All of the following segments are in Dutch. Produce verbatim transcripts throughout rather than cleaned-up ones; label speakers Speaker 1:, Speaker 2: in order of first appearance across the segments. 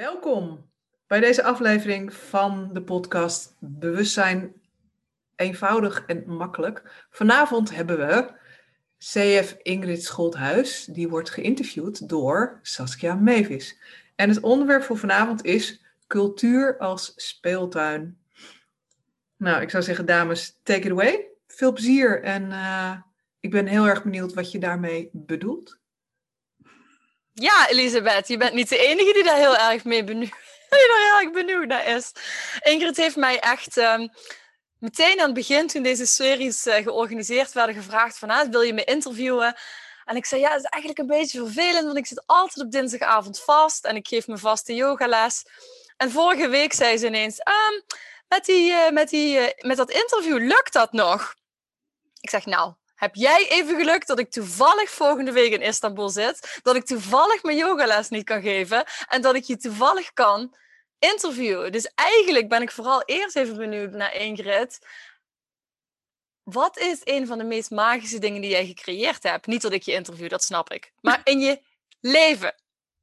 Speaker 1: Welkom bij deze aflevering van de podcast Bewustzijn eenvoudig en makkelijk. Vanavond hebben we C F Ingrid Scholthuis, die wordt geïnterviewd door Saskia Mewis. En het onderwerp voor vanavond is cultuur als speeltuin. Nou, ik zou zeggen, dames, take it away. Veel plezier en uh, ik ben heel erg benieuwd wat je daarmee bedoelt.
Speaker 2: Ja, Elisabeth, je bent niet de enige die daar heel erg mee benieuwd, die daar heel erg benieuwd naar is. Ingrid heeft mij echt um, meteen aan het begin, toen deze series uh, georganiseerd werden, gevraagd van, ah, wil je me interviewen? En ik zei, ja, het is eigenlijk een beetje vervelend, want ik zit altijd op dinsdagavond vast en ik geef mijn vaste yogales. En vorige week zei ze ineens, um, met, die, uh, met, die, uh, met dat interview, lukt dat nog? Ik zeg, nou... Heb jij even geluk dat ik toevallig volgende week in Istanbul zit, dat ik toevallig mijn yogales niet kan geven en dat ik je toevallig kan interviewen. Dus eigenlijk ben ik vooral eerst even benieuwd naar Ingrid. Wat is een van de meest magische dingen die jij gecreëerd hebt? Niet dat ik je interview, dat snap ik. Maar in je leven.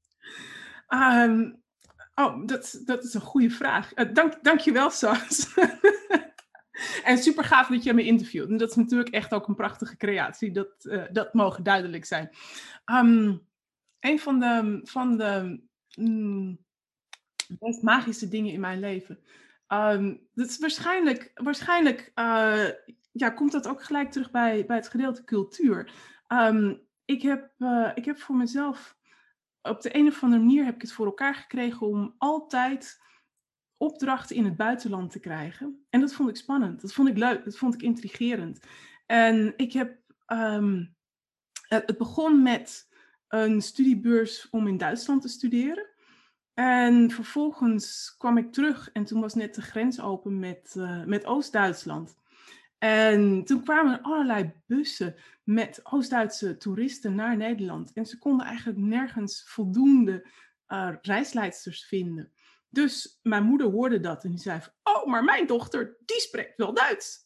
Speaker 3: Um, oh, dat, dat is een goede vraag. Uh, dank, dank je wel, Sas. En super gaaf dat je me interviewt. En dat is natuurlijk echt ook een prachtige creatie. Dat, uh, dat mogen duidelijk zijn. Um, een van de, van de mm, meest magische dingen in mijn leven. Um, dat is waarschijnlijk... waarschijnlijk uh, ja, komt dat ook gelijk terug bij, bij het gedeelte cultuur. Um, ik, heb, uh, ik heb voor mezelf... Op de een of andere manier heb ik het voor elkaar gekregen om altijd... opdrachten in het buitenland te krijgen. En dat vond ik spannend. Dat vond ik leuk. Dat vond ik intrigerend. En ik heb... Um, het begon met een studiebeurs om in Duitsland te studeren. En vervolgens kwam ik terug. En toen was net de grens open met, uh, met Oost-Duitsland. En toen kwamen er allerlei bussen met Oost-Duitse toeristen naar Nederland. En ze konden eigenlijk nergens voldoende uh, reisleidsters vinden. Dus mijn moeder hoorde dat en die zei van, oh, maar mijn dochter, die spreekt wel Duits.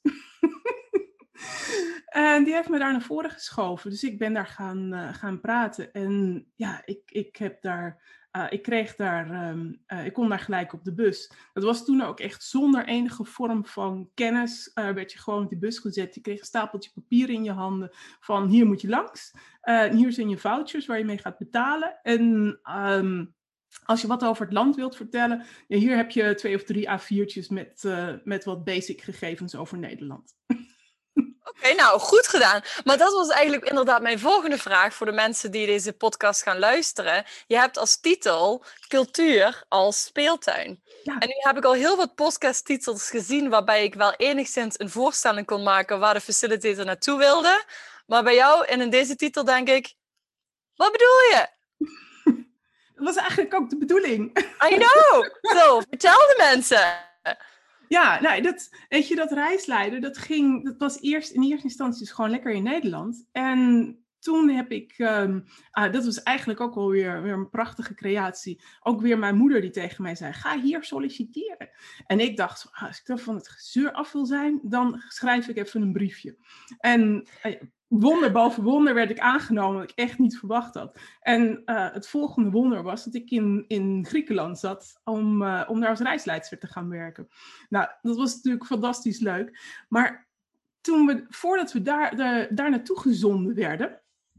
Speaker 3: En die heeft me daar naar voren geschoven. Dus ik ben daar gaan, uh, gaan praten. En ja, ik, ik heb daar, uh, ik kreeg daar, um, uh, ik kon daar gelijk op de bus. Dat was toen ook echt zonder enige vorm van kennis. Uh, werd je gewoon op die bus gezet. Je kreeg een stapeltje papier in je handen van, hier moet je langs. Uh, hier zijn je vouchers waar je mee gaat betalen. En... Um, Als je wat over het land wilt vertellen, ja, hier heb je twee of drie A viertjes met, uh, met wat basic gegevens over Nederland.
Speaker 2: Oké, okay, nou, goed gedaan. Maar dat was eigenlijk inderdaad mijn volgende vraag voor de mensen die deze podcast gaan luisteren. Je hebt als titel cultuur als speeltuin. Ja. En nu heb ik al heel wat podcasttitels gezien waarbij ik wel enigszins een voorstelling kon maken waar de facilitator naartoe wilde. Maar bij jou en in deze titel denk ik, wat bedoel je?
Speaker 3: Dat was eigenlijk ook de bedoeling.
Speaker 2: I know! Zo, vertel de mensen.
Speaker 3: Ja, nou, dat, weet je, dat reisleiden, dat ging, dat was eerst in eerste instantie dus gewoon lekker in Nederland. En toen heb ik, um, ah, dat was eigenlijk ook wel weer, weer een prachtige creatie. Ook weer mijn moeder die tegen mij zei, ga hier solliciteren. En ik dacht, ah, als ik dan van het gezeur af wil zijn, dan schrijf ik even een briefje. En... Uh, Wonder boven wonder werd ik aangenomen, wat ik echt niet verwacht had. En uh, het volgende wonder was dat ik in, in Griekenland zat om, uh, om daar als reisleidster te gaan werken. Nou, dat was natuurlijk fantastisch leuk. Maar toen we, voordat we daar, de, daar naartoe gezonden werden,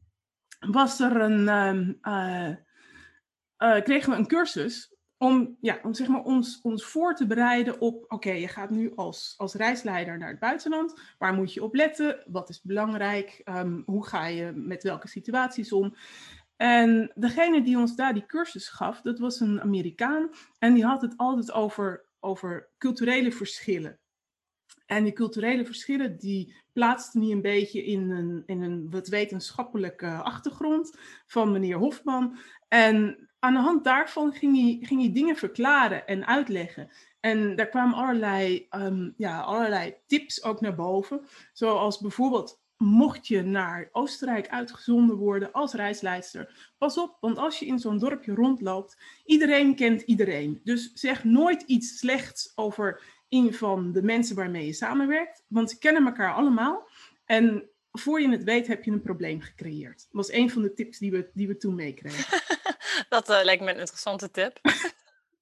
Speaker 3: was er een, um, uh, uh, kregen we een cursus om, ja, om zeg maar ons, ons voor te bereiden op, oké, okay, je gaat nu als, als reisleider naar het buitenland. Waar moet je op letten? Wat is belangrijk? Um, hoe ga je met welke situaties om? En degene die ons daar die cursus gaf, dat was een Amerikaan. En die had het altijd over, over culturele verschillen. En die culturele verschillen, die plaatste hij een beetje in een, in een wat wetenschappelijke achtergrond van meneer Hofman. En aan de hand daarvan ging hij, ging hij dingen verklaren en uitleggen. En daar kwamen allerlei, um, ja, allerlei tips ook naar boven. Zoals bijvoorbeeld, mocht je naar Oostenrijk uitgezonden worden als reisleidster, pas op, want als je in zo'n dorpje rondloopt, iedereen kent iedereen. Dus zeg nooit iets slechts over een van de mensen waarmee je samenwerkt, want ze kennen elkaar allemaal. En voor je het weet heb je een probleem gecreëerd. Dat was een van de tips die we, die we toen meekregen.
Speaker 2: Dat uh, lijkt me een interessante tip.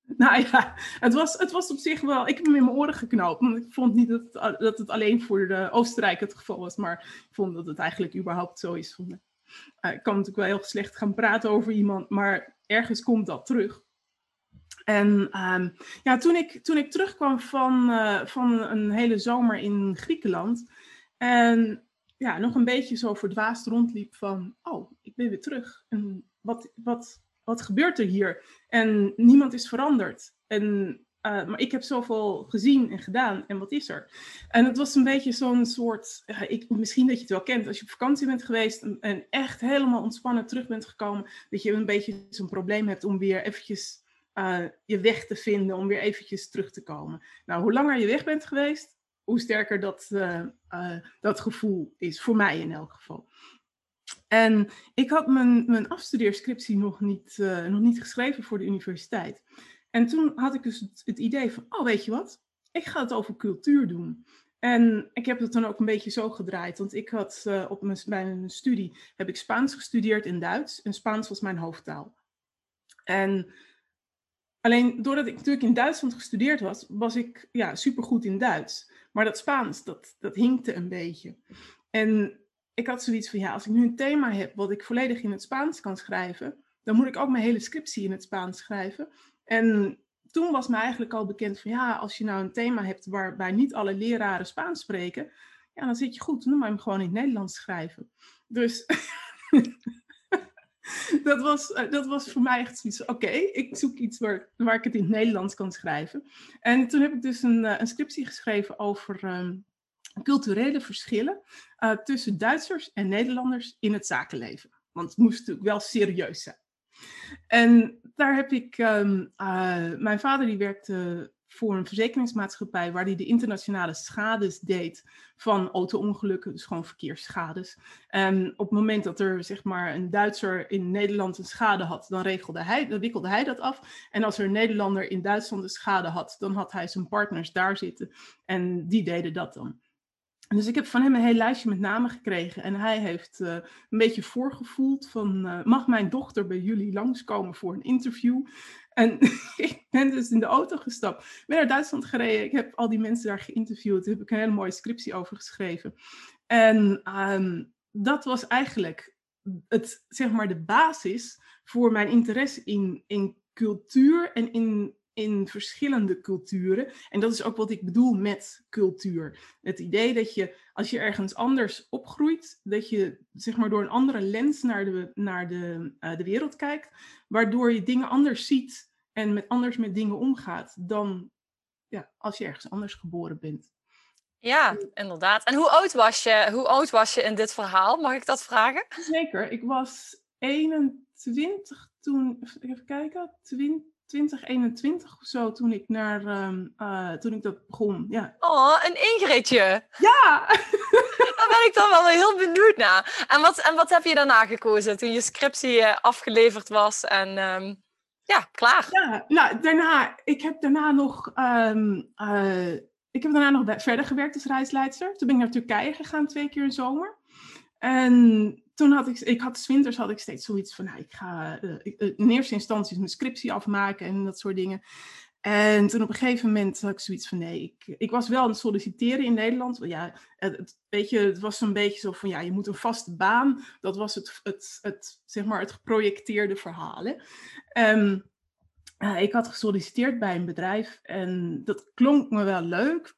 Speaker 3: Nou ja, het was, het was op zich wel... Ik heb hem in mijn oren geknoopt. Want ik vond niet dat het, dat het alleen voor de Oostenrijk het geval was. Maar ik vond dat het eigenlijk überhaupt zo is. Van, uh, ik kan natuurlijk wel heel slecht gaan praten over iemand. Maar ergens komt dat terug. En um, ja, toen ik, toen ik terugkwam van, uh, van een hele zomer in Griekenland... En ja, nog een beetje zo verdwaasd rondliep van... Oh, ik ben weer terug. En wat... wat Wat gebeurt er hier? En niemand is veranderd. En, uh, maar ik heb zoveel gezien en gedaan. En wat is er? En het was een beetje zo'n soort... Uh, ik, misschien dat je het wel kent. Als je op vakantie bent geweest en, en echt helemaal ontspannen terug bent gekomen. Dat je een beetje zo'n probleem hebt om weer eventjes uh, je weg te vinden. Om weer eventjes terug te komen. Nou, hoe langer je weg bent geweest, hoe sterker dat, uh, uh, dat gevoel is. Voor mij in elk geval. En ik had mijn, mijn afstudeerscriptie nog niet, uh, nog niet geschreven voor de universiteit. En toen had ik dus het, het idee van, oh weet je wat, ik ga het over cultuur doen. En ik heb het dan ook een beetje zo gedraaid, want ik had uh, op mijn, bij mijn studie, heb ik Spaans gestudeerd en Duits. En Spaans was mijn hoofdtaal. En alleen doordat ik natuurlijk in Duitsland gestudeerd was, was ik ja, supergoed in Duits. Maar dat Spaans, dat, dat hinkte een beetje. En ik had zoiets van, ja, als ik nu een thema heb wat ik volledig in het Spaans kan schrijven, dan moet ik ook mijn hele scriptie in het Spaans schrijven. En toen was me eigenlijk al bekend van, ja, als je nou een thema hebt waarbij niet alle leraren Spaans spreken, ja, dan zit je goed, dan moet je hem gewoon in het Nederlands schrijven. Dus dat, was, dat was voor mij echt zoiets van, oké, okay, ik zoek iets waar, waar ik het in het Nederlands kan schrijven. En toen heb ik dus een, een scriptie geschreven over... Um, culturele verschillen uh, tussen Duitsers en Nederlanders in het zakenleven. Want het moest natuurlijk wel serieus zijn. En daar heb ik... Um, uh, mijn vader die werkte voor een verzekeringsmaatschappij waar hij de internationale schades deed van auto-ongelukken, dus gewoon verkeersschades. En op het moment dat er zeg maar een Duitser in Nederland een schade had, dan, regelde hij, dan wikkelde hij dat af. En als er een Nederlander in Duitsland een schade had, dan had hij zijn partners daar zitten en die deden dat dan. Dus ik heb van hem een heel lijstje met namen gekregen. En hij heeft uh, een beetje voorgevoeld van... Uh, mag mijn dochter bij jullie langskomen voor een interview? En ik ben dus in de auto gestapt. Ik ben naar Duitsland gereden. Ik heb al die mensen daar geïnterviewd. Daar heb ik een hele mooie scriptie over geschreven. En um, dat was eigenlijk het, zeg maar de basis voor mijn interesse in, in cultuur en in... in verschillende culturen. En dat is ook wat ik bedoel met cultuur. Het idee dat je, als je ergens anders opgroeit, dat je zeg maar door een andere lens naar de, naar de, uh, de wereld kijkt, waardoor je dingen anders ziet en met anders met dingen omgaat dan ja, als je ergens anders geboren bent.
Speaker 2: Ja, inderdaad. En hoe oud was je, hoe oud was je in dit verhaal? Mag ik dat vragen?
Speaker 3: Zeker. Ik was eenentwintig toen, even kijken, twintig eenentwintig of zo, toen ik, naar, um, uh, toen ik dat begon. Ja.
Speaker 2: Oh, een Ingridje.
Speaker 3: Ja!
Speaker 2: Daar ben ik dan wel heel benieuwd naar. En wat, en wat heb je daarna gekozen toen je scriptie uh, afgeleverd was en um, ja, klaar?
Speaker 3: Ja, nou, daarna, ik heb daarna nog, um, uh, ik heb daarna nog verder gewerkt als reisleidster. Toen ben ik naar Turkije gegaan, twee keer in zomer. En toen had ik, ik had 's winters had ik steeds zoiets van, nou, ik ga uh, ik, uh, in eerste instantie mijn scriptie afmaken en dat soort dingen. En toen op een gegeven moment had ik zoiets van, nee, ik, ik was wel aan het solliciteren in Nederland. Ja, het, het, weet je, het was een beetje zo van, ja, je moet een vaste baan. Dat was het, het, het zeg maar, het geprojecteerde verhaal. Hè. Um, uh, ik had gesolliciteerd bij een bedrijf en dat klonk me wel leuk.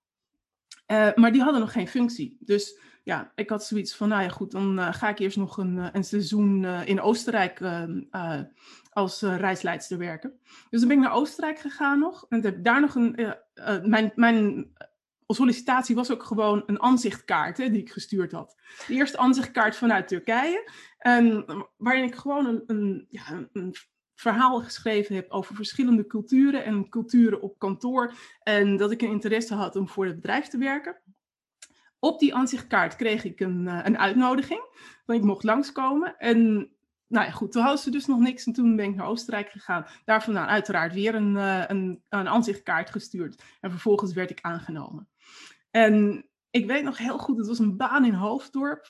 Speaker 3: Uh, maar die hadden nog geen functie. Dus ja, ik had zoiets van, nou ja goed, dan uh, ga ik eerst nog een, een seizoen uh, in Oostenrijk uh, uh, als uh, reisleidster werken. Dus dan ben ik naar Oostenrijk gegaan nog. En heb daar nog een, uh, uh, mijn, mijn sollicitatie was ook gewoon een aanzichtkaart hè, die ik gestuurd had. De eerste aanzichtkaart vanuit Turkije. En, waarin ik gewoon een, een, ja, een verhaal geschreven heb over verschillende culturen en culturen op kantoor. En dat ik een interesse had om voor het bedrijf te werken. Op die aanzichtkaart kreeg ik een, uh, een uitnodiging. Dat ik mocht langskomen. En nou ja, goed, toen hadden ze dus nog niks. En toen ben ik naar Oostenrijk gegaan. Daar vandaan uiteraard weer een, uh, een, een aanzichtkaart gestuurd. En vervolgens werd ik aangenomen. En ik weet nog heel goed, het was een baan in Hoofddorp.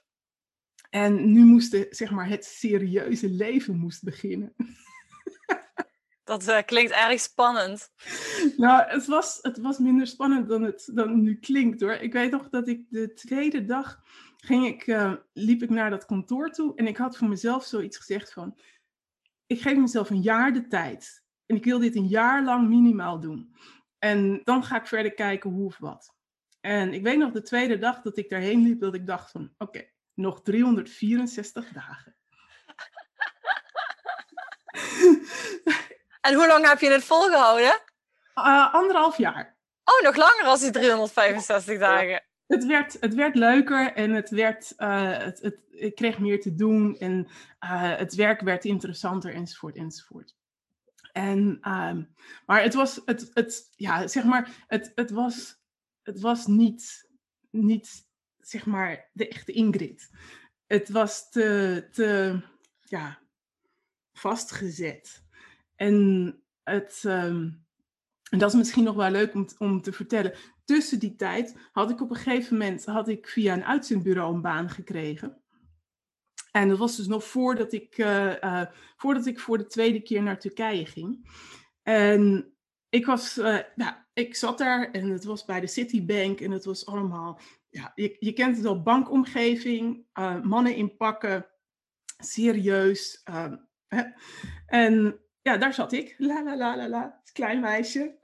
Speaker 3: En nu moest de, zeg maar, het serieuze leven moest beginnen.
Speaker 2: Dat uh, klinkt erg spannend.
Speaker 3: Nou, het was, het was minder spannend dan het, dan het nu klinkt hoor. Ik weet nog dat ik de tweede dag ging ik, uh, liep ik naar dat kantoor toe. En ik had voor mezelf zoiets gezegd van, ik geef mezelf een jaar de tijd. En ik wil dit een jaar lang minimaal doen. En dan ga ik verder kijken hoe of wat. En ik weet nog de tweede dag dat ik daarheen liep, dat ik dacht van, oké, okay, nog driehonderdvierenzestig dagen.
Speaker 2: En hoe lang heb je het volgehouden?
Speaker 3: Uh, anderhalf jaar.
Speaker 2: Oh, nog langer als die driehonderdvijfenzestig dagen. Ja.
Speaker 3: Het werd, het werd leuker en het werd, uh, het, het, ik kreeg meer te doen en uh, het werk werd interessanter enzovoort enzovoort. En, um, maar het was, het, het, ja, zeg maar, het, het was, het was niet, niet, zeg maar, de echte Ingrid. Het was te, te, ja, vastgezet. En het, um, en dat is misschien nog wel leuk om, om te vertellen. Tussen die tijd had ik op een gegeven moment, had ik via een uitzendbureau een baan gekregen. En dat was dus nog voordat ik, uh, uh, voordat ik voor de tweede keer naar Turkije ging. En ik was, uh, ja, ik zat daar en het was bij de Citibank en het was allemaal, ja, je, je kent het al, bankomgeving, uh, mannen in pakken, serieus. Uh, hè. En ja, daar zat ik, la la la la la, klein meisje.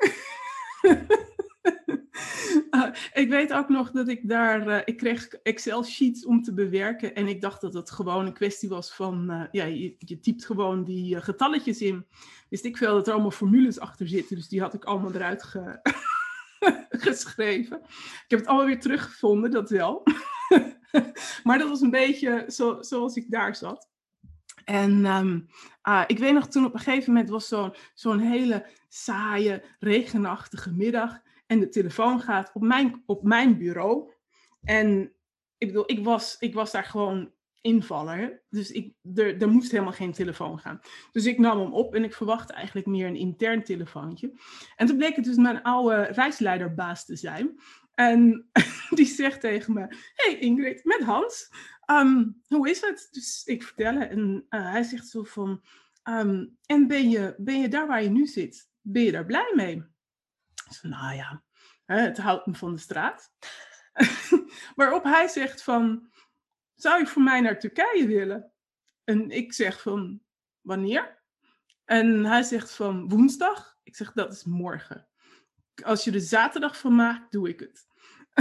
Speaker 3: Uh, ik weet ook nog dat ik daar, uh, ik kreeg Excel-sheets om te bewerken en ik dacht dat het gewoon een kwestie was van, uh, ja, je, je typt gewoon die uh, getalletjes in. Wist ik veel dat er allemaal formules achter zitten, dus die had ik allemaal eruit ge- geschreven. Ik heb het allemaal weer teruggevonden, dat wel. Maar dat was een beetje zo, zoals ik daar zat. En um, uh, ik weet nog, toen op een gegeven moment was zo'n, zo'n hele saaie, regenachtige middag. En de telefoon gaat op mijn, op mijn bureau. En ik bedoel, ik was, ik was daar gewoon invaller. Dus ik, er, er moest helemaal geen telefoon gaan. Dus ik nam hem op en ik verwachtte eigenlijk meer een intern telefoontje. En toen bleek het dus mijn oude reisleiderbaas te zijn. En die zegt tegen me, hey Ingrid, met Hans, um, hoe is het? Dus ik vertel en uh, hij zegt zo van, um, en ben je, ben je daar waar je nu zit? Ben je daar blij mee? Dus, nou ja, het houdt me van de straat. Waarop hij zegt van, zou je voor mij naar Turkije willen? En ik zeg van, wanneer? En hij zegt van, woensdag. Ik zeg, dat is morgen. Als je er zaterdag van maakt, doe ik het.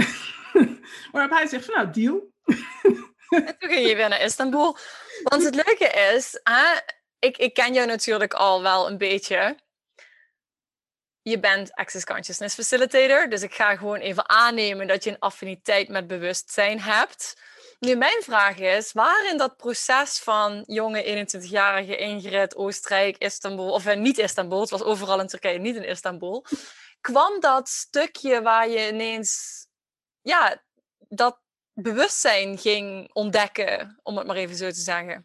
Speaker 3: Waarop hij zegt van, nou, deal.
Speaker 2: En toen ging je weer naar Istanbul. Want het leuke is, hè, ik, ik ken jou natuurlijk al wel een beetje. Je bent Access Consciousness Facilitator, dus ik ga gewoon even aannemen dat je een affiniteit met bewustzijn hebt. Nu, mijn vraag is, waar in dat proces van jonge eenentwintigjarige Ingrid, Oostenrijk, Istanbul, of niet Istanbul, het was overal in Turkije, niet in Istanbul, kwam dat stukje waar je ineens, ja, dat bewustzijn ging ontdekken, om het maar even zo te zeggen?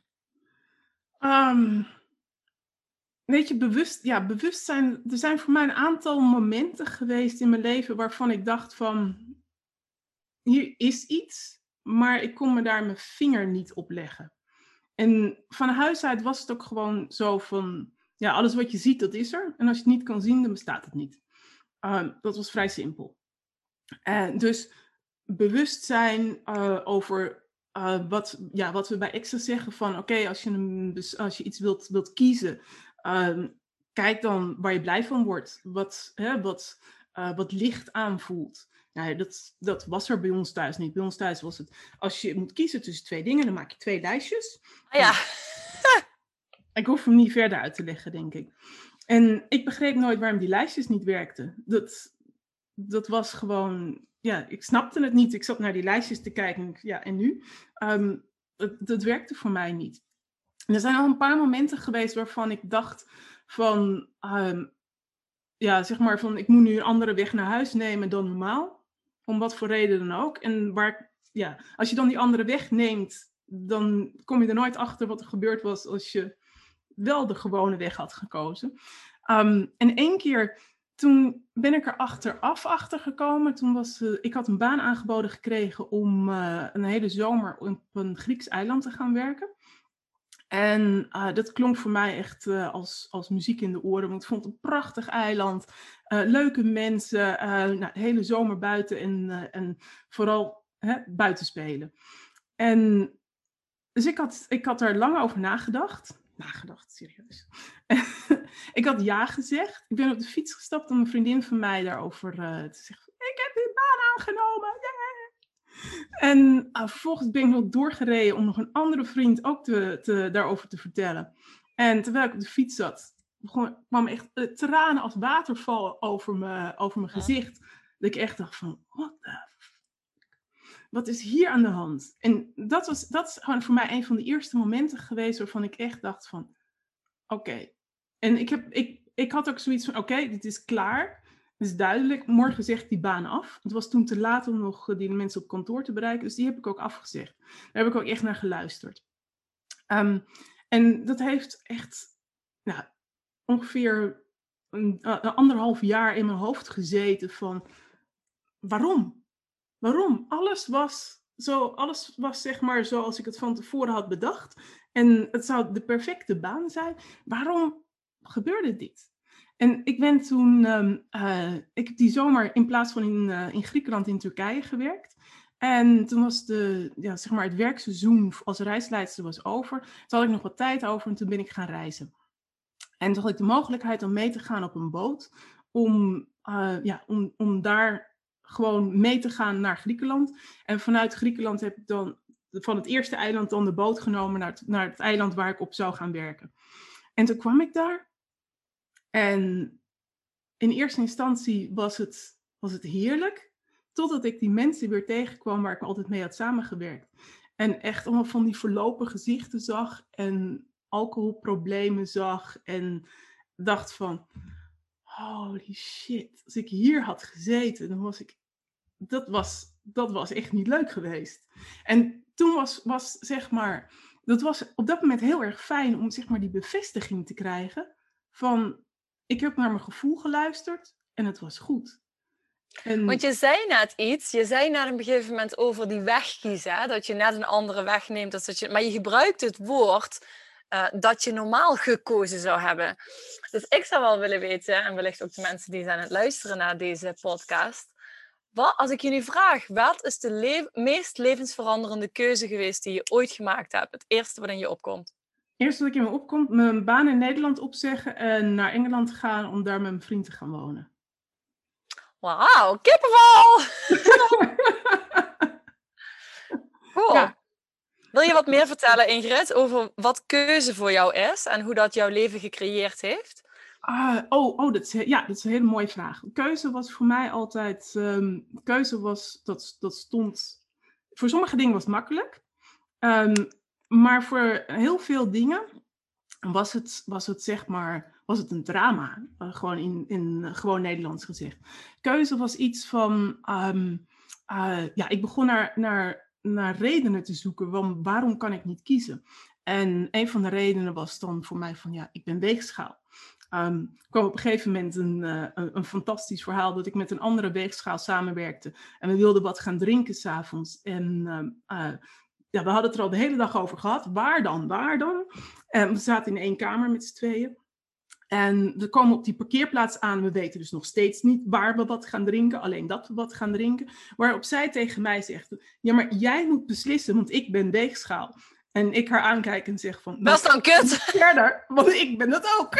Speaker 3: Um... Weet je, bewust, ja, bewustzijn. Er zijn voor mij een aantal momenten geweest in mijn leven waarvan ik dacht van, hier is iets, maar ik kon me daar mijn vinger niet op leggen. En van huis uit was het ook gewoon zo van, ja, alles wat je ziet, dat is er. En als je het niet kan zien, dan bestaat het niet. Uh, dat was vrij simpel. En dus bewustzijn uh, over uh, wat, ja, wat we bij Access zeggen van, oké, okay, als, als je iets wilt, wilt kiezen, Um, kijk dan waar je blij van wordt. Wat, hè, wat, uh, wat licht aanvoelt. Nou, dat, dat was er bij ons thuis niet. Bij ons thuis was het, als je moet kiezen tussen twee dingen, dan maak je twee lijstjes.
Speaker 2: Ja.
Speaker 3: Ik hoef hem niet verder uit te leggen, denk ik. En ik begreep nooit waarom die lijstjes niet werkten. Dat, dat was gewoon, ja, ik snapte het niet. Ik zat naar die lijstjes te kijken en, ja, en nu? Um, dat, dat werkte voor mij niet. En er zijn al een paar momenten geweest waarvan ik dacht van, um, ja, zeg maar van, ik moet nu een andere weg naar huis nemen dan normaal. Om wat voor reden dan ook. En waar, ja, als je dan die andere weg neemt, dan kom je er nooit achter wat er gebeurd was als je wel de gewone weg had gekozen. Um, en één keer, toen ben ik er achteraf achter gekomen. Toen was, uh, ik had een baan aangeboden gekregen om uh, een hele zomer op een Grieks eiland te gaan werken. En uh, dat klonk voor mij echt uh, als, als muziek in de oren. Want ik vond het een prachtig eiland. Uh, leuke mensen. Uh, nou, de hele zomer buiten. En, uh, en vooral hè, buiten spelen. En dus ik had, ik had er lang over nagedacht. Nagedacht, serieus. Ik had ja gezegd. Ik ben op de fiets gestapt om een vriendin van mij daarover uh, te zeggen. Ik heb die baan aangenomen. Yeah! En uh, vervolgens ben ik nog doorgereden om nog een andere vriend ook te, te, daarover te vertellen. En terwijl ik op de fiets zat, begon, kwam echt uh, tranen als waterval over, me, over mijn gezicht. Dat ik echt dacht van, what the fuck? Wat is hier aan de hand? En dat, was, dat is gewoon voor mij een van de eerste momenten geweest waarvan ik echt dacht van, oké. Okay. En ik, heb, ik, ik had ook zoiets van, oké, okay, dit is klaar. Het is duidelijk, morgen zegt die baan af. Het was toen te laat om nog die mensen op kantoor te bereiken. Dus die heb ik ook afgezegd. Daar heb ik ook echt naar geluisterd. Um, en dat heeft echt nou, ongeveer een, een anderhalf jaar in mijn hoofd gezeten van... Waarom? Waarom? Alles was, zo, alles was zeg maar zoals ik het van tevoren had bedacht. En het zou de perfecte baan zijn. Waarom gebeurde dit? En ik ben toen, um, uh, ik heb die zomer in plaats van in, uh, in Griekenland in Turkije gewerkt. En toen was de, ja, zeg maar het werkseizoen als reisleidster was over. Toen had ik nog wat tijd over en toen ben ik gaan reizen. En toen had ik de mogelijkheid om mee te gaan op een boot. Om, uh, ja, om, om daar gewoon mee te gaan naar Griekenland. En vanuit Griekenland heb ik dan van het eerste eiland dan de boot genomen naar het, naar het eiland waar ik op zou gaan werken. En toen kwam ik daar. En in eerste instantie was het, was het heerlijk, totdat ik die mensen weer tegenkwam waar ik altijd mee had samengewerkt. En echt allemaal van die verlopen gezichten zag en alcoholproblemen zag en dacht van, holy shit, als ik hier had gezeten, dan was ik, dat was, dat was echt niet leuk geweest. En toen was, was zeg maar, dat was op dat moment heel erg fijn om zeg maar die bevestiging te krijgen van, ik heb naar mijn gevoel geluisterd en het was goed. En...
Speaker 2: Want je zei net iets, je zei net op een gegeven moment over die weg kiezen, hè? Dat je net een andere weg neemt. Dat je, maar je gebruikt het woord uh, dat je normaal gekozen zou hebben. Dus ik zou wel willen weten, en wellicht ook de mensen die zijn aan het luisteren naar deze podcast. Wat, als ik je nu vraag, wat is de le- meest levensveranderende keuze geweest die je ooit gemaakt hebt? Het eerste wat in je opkomt.
Speaker 3: Eerst wat ik in me opkomt, mijn baan in Nederland opzeggen en naar Engeland gaan om daar met mijn vriend te gaan wonen.
Speaker 2: Wauw, kippenval! Cool. Ja. Wil je wat meer vertellen, Ingrid, over wat keuze voor jou is en hoe dat jouw leven gecreëerd heeft?
Speaker 3: Uh, oh, oh dat, is, ja, dat is een hele mooie vraag. Keuze was voor mij altijd... Um, keuze was, dat, dat stond... Voor sommige dingen was het makkelijk. Um, maar voor heel veel dingen was het, was het zeg maar... was het een drama. Uh, gewoon in, in uh, gewoon Nederlands gezegd. Keuze was iets van... Um, uh, ja, ik begon naar, naar, naar redenen te zoeken. Van waarom kan ik niet kiezen? En een van de redenen was dan voor mij van... Ja, ik ben weegschaal. Um, er kwam op een gegeven moment een, uh, een, een fantastisch verhaal... dat ik met een andere weegschaal samenwerkte. En we wilden wat gaan drinken 's avonds. En... Uh, uh, Ja, we hadden het er al de hele dag over gehad. Waar dan? Waar dan? En we zaten in één kamer met z'n tweeën. En we komen op die parkeerplaats aan. We weten dus nog steeds niet waar we wat gaan drinken. Alleen dat we wat gaan drinken. Waarop zij tegen mij zegt... Ja, maar jij moet beslissen, want ik ben weegschaal. En ik haar aankijk en zeg van...
Speaker 2: Dat is dan kut!
Speaker 3: Verder, want ik ben dat ook.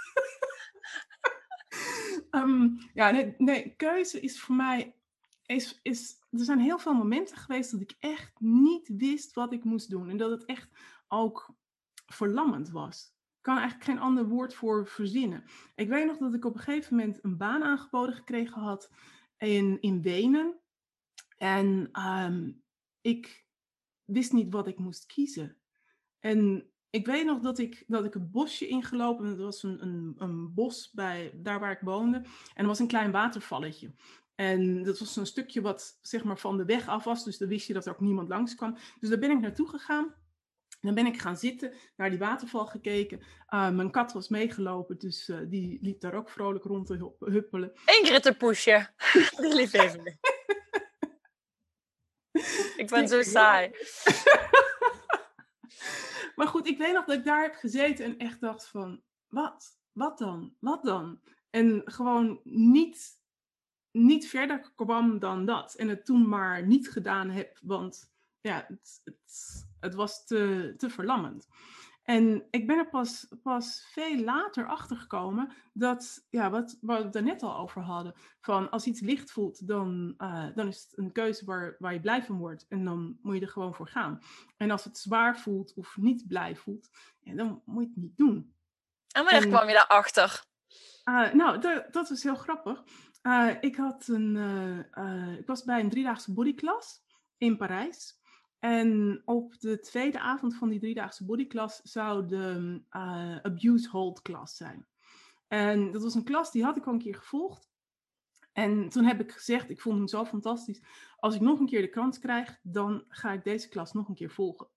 Speaker 3: um, ja, nee, nee, keuze is voor mij... Is, is, er zijn heel veel momenten geweest dat ik echt niet wist wat ik moest doen. En dat het echt ook verlammend was. Ik kan eigenlijk geen ander woord voor verzinnen. Ik weet nog dat ik op een gegeven moment een baan aangeboden gekregen had in, in Wenen. En um, ik wist niet wat ik moest kiezen. En ik weet nog dat ik, dat ik het bosje ingelopen. Het was een, een, een bos bij, daar waar ik woonde. En er was een klein watervalletje. En dat was een stukje wat zeg maar van de weg af was. Dus dan wist je dat er ook niemand langs kwam. Dus daar ben ik naartoe gegaan. Dan ben ik gaan zitten, naar die waterval gekeken. Uh, mijn kat was meegelopen, dus uh, die liep daar ook vrolijk rond te huppelen.
Speaker 2: Ingrid de poesje. Die liep even mee. Ik ben zo saai.
Speaker 3: Maar goed, ik weet nog dat ik daar heb gezeten en echt dacht van, wat? Wat dan? Wat dan? En gewoon niet, niet verder kwam dan dat. En het toen maar niet gedaan heb, want ja, het, het, het was te, te verlammend. En ik ben er pas, pas veel later achter gekomen dat, ja, wat, wat we het net al over hadden, van als iets licht voelt, dan, uh, dan is het een keuze waar, waar je blij van wordt. En dan moet je er gewoon voor gaan. En als het zwaar voelt of niet blij voelt, ja, dan moet je het niet doen.
Speaker 2: En wanneer en, kwam je daarachter?
Speaker 3: Uh, nou, d- dat was heel grappig. Uh, ik, had een, uh, uh, ik was bij een driedaagse bodyclass in Parijs. En op de tweede avond van die driedaagse bodyclass zou de uh, abuse hold class zijn. En dat was een klas die had ik al een keer gevolgd. En toen heb ik gezegd, ik vond hem zo fantastisch. Als ik nog een keer de kans krijg, dan ga ik deze klas nog een keer volgen.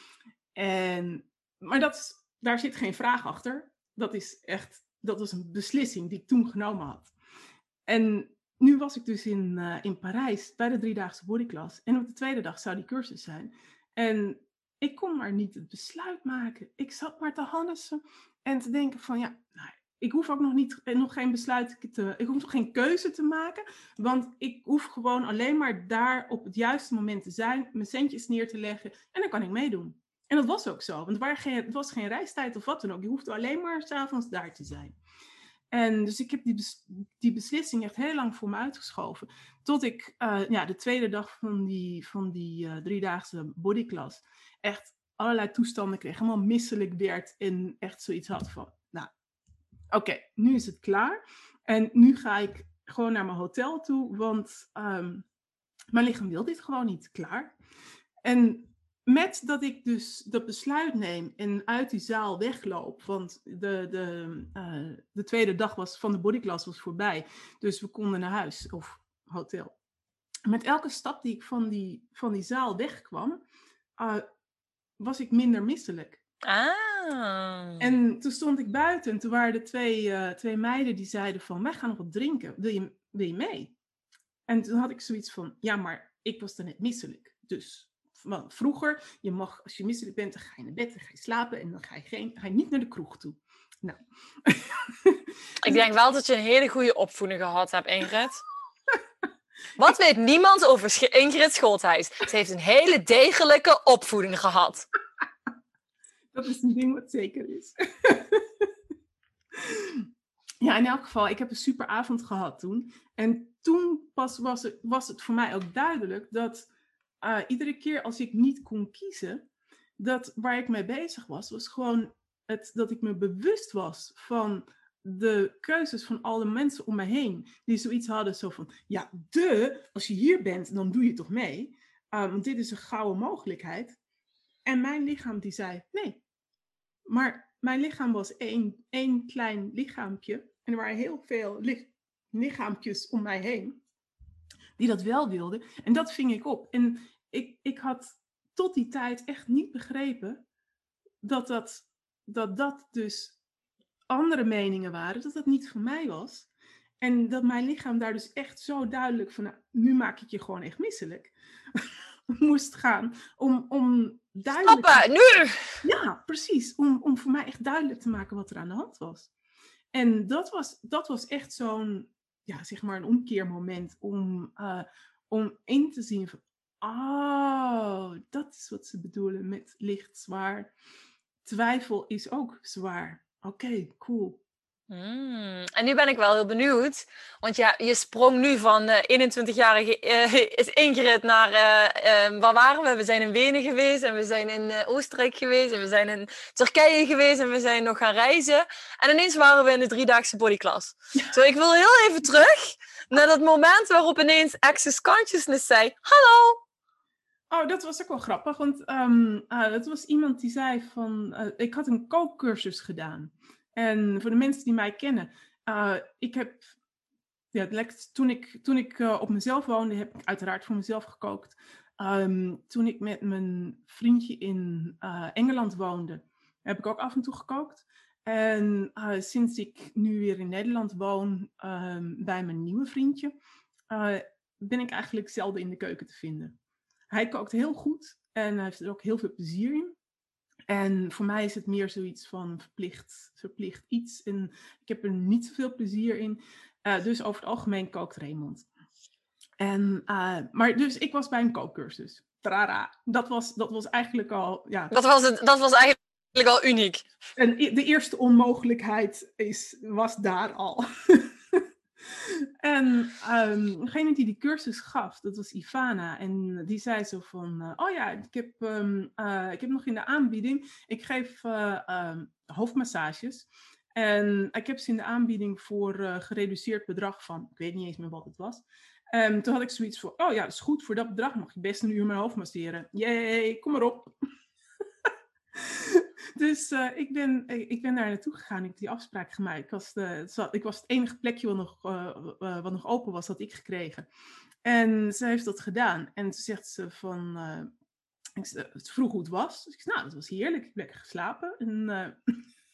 Speaker 3: En, maar dat, daar zit geen vraag achter. Dat is echt, dat was een beslissing die ik toen genomen had. En nu was ik dus in, uh, in Parijs bij de driedaagse bodyclass. En op de tweede dag zou die cursus zijn. En ik kon maar niet het besluit maken. Ik zat maar te hannissen en te denken van ja, nou, ik hoef ook nog, niet, nog geen besluit te... Ik hoef nog geen keuze te maken. Want ik hoef gewoon alleen maar daar op het juiste moment te zijn. Mijn centjes neer te leggen. En dan kan ik meedoen. En dat was ook zo. Want het, waren geen, het was geen reistijd of wat dan ook. Je hoefde alleen maar 's avonds daar te zijn. En dus ik heb die, bes- die beslissing echt heel lang voor me uitgeschoven. Tot ik uh, ja, de tweede dag van die, van die uh, driedaagse bodyclass echt allerlei toestanden kreeg. Helemaal misselijk werd en echt zoiets had van, nou, oké, okay, nu is het klaar. En nu ga ik gewoon naar mijn hotel toe, want um, mijn lichaam wil dit gewoon niet. Klaar. En met dat ik dus dat besluit neem en uit die zaal wegloop, want de, de, uh, de tweede dag was, van de bodyclass was voorbij, dus we konden naar huis of hotel. Met elke stap die ik van die, van die zaal wegkwam, uh, was ik minder misselijk.
Speaker 2: Ah.
Speaker 3: En toen stond ik buiten en toen waren er twee, uh, twee meiden die zeiden van, wij gaan nog wat drinken, wil je, wil je mee? En toen had ik zoiets van, ja, maar ik was dan net misselijk, dus... Want vroeger, je mag, als je misselijk bent, dan ga je naar bed, dan ga je slapen en dan ga je, geen, ga je niet naar de kroeg toe. Nou.
Speaker 2: Ik denk wel dat je een hele goede opvoeding gehad hebt, Ingrid. Wat weet niemand over Ingrid Scholthuis? Ze heeft een hele degelijke opvoeding gehad.
Speaker 3: Dat is een ding wat zeker is. Ja, in elk geval, ik heb een super avond gehad toen. En toen pas was het, was het voor mij ook duidelijk dat... Uh, iedere keer als ik niet kon kiezen, dat waar ik mee bezig was, was gewoon het, dat ik me bewust was van de keuzes van alle mensen om me heen. Die zoiets hadden zo van, ja, de, als je hier bent, dan doe je toch mee. Uh, want dit is een gouden mogelijkheid. En mijn lichaam die zei, nee. Maar mijn lichaam was één, één klein lichaampje. En er waren heel veel lich, lichaampjes om mij heen. Die dat wel wilden. En dat ving ik op. En ik, ik had tot die tijd echt niet begrepen dat dat, dat dat dus andere meningen waren. Dat dat niet van mij was. En dat mijn lichaam daar dus echt zo duidelijk van, nou, nu maak ik je gewoon echt misselijk. Moest gaan. Om, om duidelijk...
Speaker 2: Stoppen, nu!
Speaker 3: Ja, precies. Om, om voor mij echt duidelijk te maken wat er aan de hand was. En dat was, dat was echt zo'n... ja, zeg maar een omkeermoment om, uh, om in te zien van, oh, dat is wat ze bedoelen met licht zwaar. Twijfel is ook zwaar. Oké, okay, cool.
Speaker 2: Mm, en nu ben ik wel heel benieuwd, want ja, je sprong nu van uh, eenentwintigjarige uh, Ingrid naar, uh, uh, waar waren we? We zijn in Wenen geweest en we zijn in uh, Oostenrijk geweest en we zijn in Turkije geweest en we zijn nog gaan reizen. En ineens waren we in de driedaagse bodyclass. Ja. Zo, ik wil heel even terug naar dat moment waarop ineens Access Consciousness zei, hallo!
Speaker 3: Oh, dat was ook wel grappig, want um, uh, dat was iemand die zei van, uh, ik had een kookcursus gedaan. En voor de mensen die mij kennen, uh, ik heb, ja, toen ik, toen ik uh, op mezelf woonde, heb ik uiteraard voor mezelf gekookt. Um, toen ik met mijn vriendje in uh, Engeland woonde, heb ik ook af en toe gekookt. En uh, sinds ik nu weer in Nederland woon, um, bij mijn nieuwe vriendje, uh, ben ik eigenlijk zelden in de keuken te vinden. Hij kookt heel goed en hij heeft er ook heel veel plezier in. En voor mij is het meer zoiets van verplicht, verplicht iets. En ik heb er niet zoveel plezier in. Uh, dus over het algemeen kookt Raymond. En, uh, maar dus ik was bij een kookcursus. Trara. Dat was, dat was eigenlijk al... Ja.
Speaker 2: Dat was, het, dat was eigenlijk al uniek.
Speaker 3: En de eerste onmogelijkheid is, was daar al. En um, degene die die cursus gaf, dat was Ivana. En die zei zo van, uh, oh ja, ik heb, um, uh, ik heb nog in de aanbieding, ik geef uh, um, hoofdmassages. En ik heb ze in de aanbieding voor uh, gereduceerd bedrag van, ik weet niet eens meer wat het was. Um, toen had ik zoiets van, oh ja, dat is goed, voor dat bedrag mag je best een uur mijn hoofd masseren. Jee, kom maar op. Dus uh, ik, ben, ik ben daar naartoe gegaan. Ik heb die afspraak gemaakt. Ik was, de, ik was het enige plekje wat nog, uh, uh, wat nog open was, had ik gekregen. En ze heeft dat gedaan. En toen zegt ze van... Uh, ik, het vroeg hoe het was. Dus ik zei, nou, dat was heerlijk. Ik heb lekker geslapen. En uh,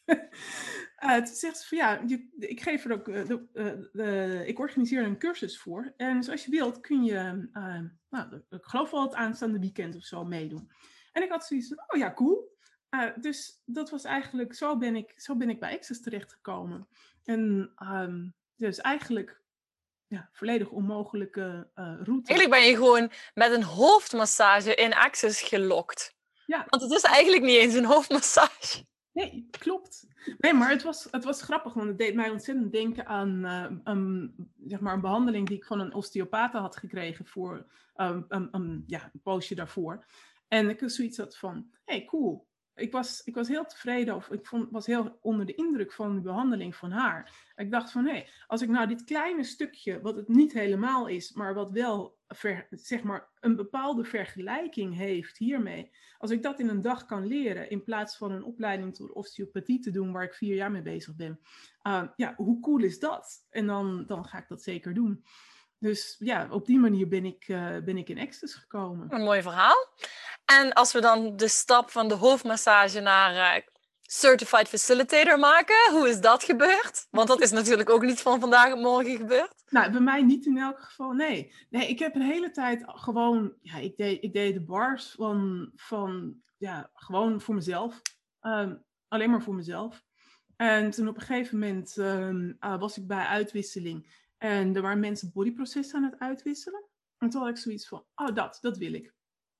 Speaker 3: uh, toen zegt ze van, ja, je, ik geef er ook... Uh, de, uh, de, ik organiseer er een cursus voor. En dus als je wilt, kun je... Uh, nou, ik geloof wel het aanstaande weekend of zo meedoen. En ik had zoiets van, oh ja, cool. Uh, dus dat was eigenlijk, zo ben ik, zo ben ik bij Access terechtgekomen. En um, dus eigenlijk, ja, volledig onmogelijke uh, route.
Speaker 2: Eigenlijk ben je gewoon met een hoofdmassage in Access gelokt.
Speaker 3: Ja.
Speaker 2: Want het is eigenlijk niet eens een hoofdmassage.
Speaker 3: Nee, klopt. Nee, maar het was, het was grappig, want het deed mij ontzettend denken aan uh, um, zeg maar een behandeling die ik van een osteopaat had gekregen voor um, um, um, ja, een poosje daarvoor. En ik zoiets had van, hey, cool. Ik was, ik was heel tevreden, of ik vond, was heel onder de indruk van de behandeling van haar. Ik dacht van, hé, hey, als ik nou dit kleine stukje, wat het niet helemaal is, maar wat wel ver, zeg maar een bepaalde vergelijking heeft hiermee, als ik dat in een dag kan leren, in plaats van een opleiding tot osteopathie te doen, waar ik vier jaar mee bezig ben, uh, ja, hoe cool is dat? En dan, dan ga ik dat zeker doen. Dus ja, op die manier ben ik, uh, ben ik in Access gekomen.
Speaker 2: Een mooi verhaal. En als we dan de stap van de hoofdmassage naar uh, Certified Facilitator maken, hoe is dat gebeurd? Want dat is natuurlijk ook niet van vandaag op morgen gebeurd.
Speaker 3: Nou, bij mij niet in elk geval, nee. Nee, ik heb een hele tijd gewoon, ja, ik deed, ik deed de bars van, van, ja, gewoon voor mezelf. Um, alleen maar voor mezelf. En toen op een gegeven moment um, uh, was ik bij uitwisseling. En er waren mensen bodyprocessen aan het uitwisselen. En toen had ik zoiets van, oh dat, dat wil ik.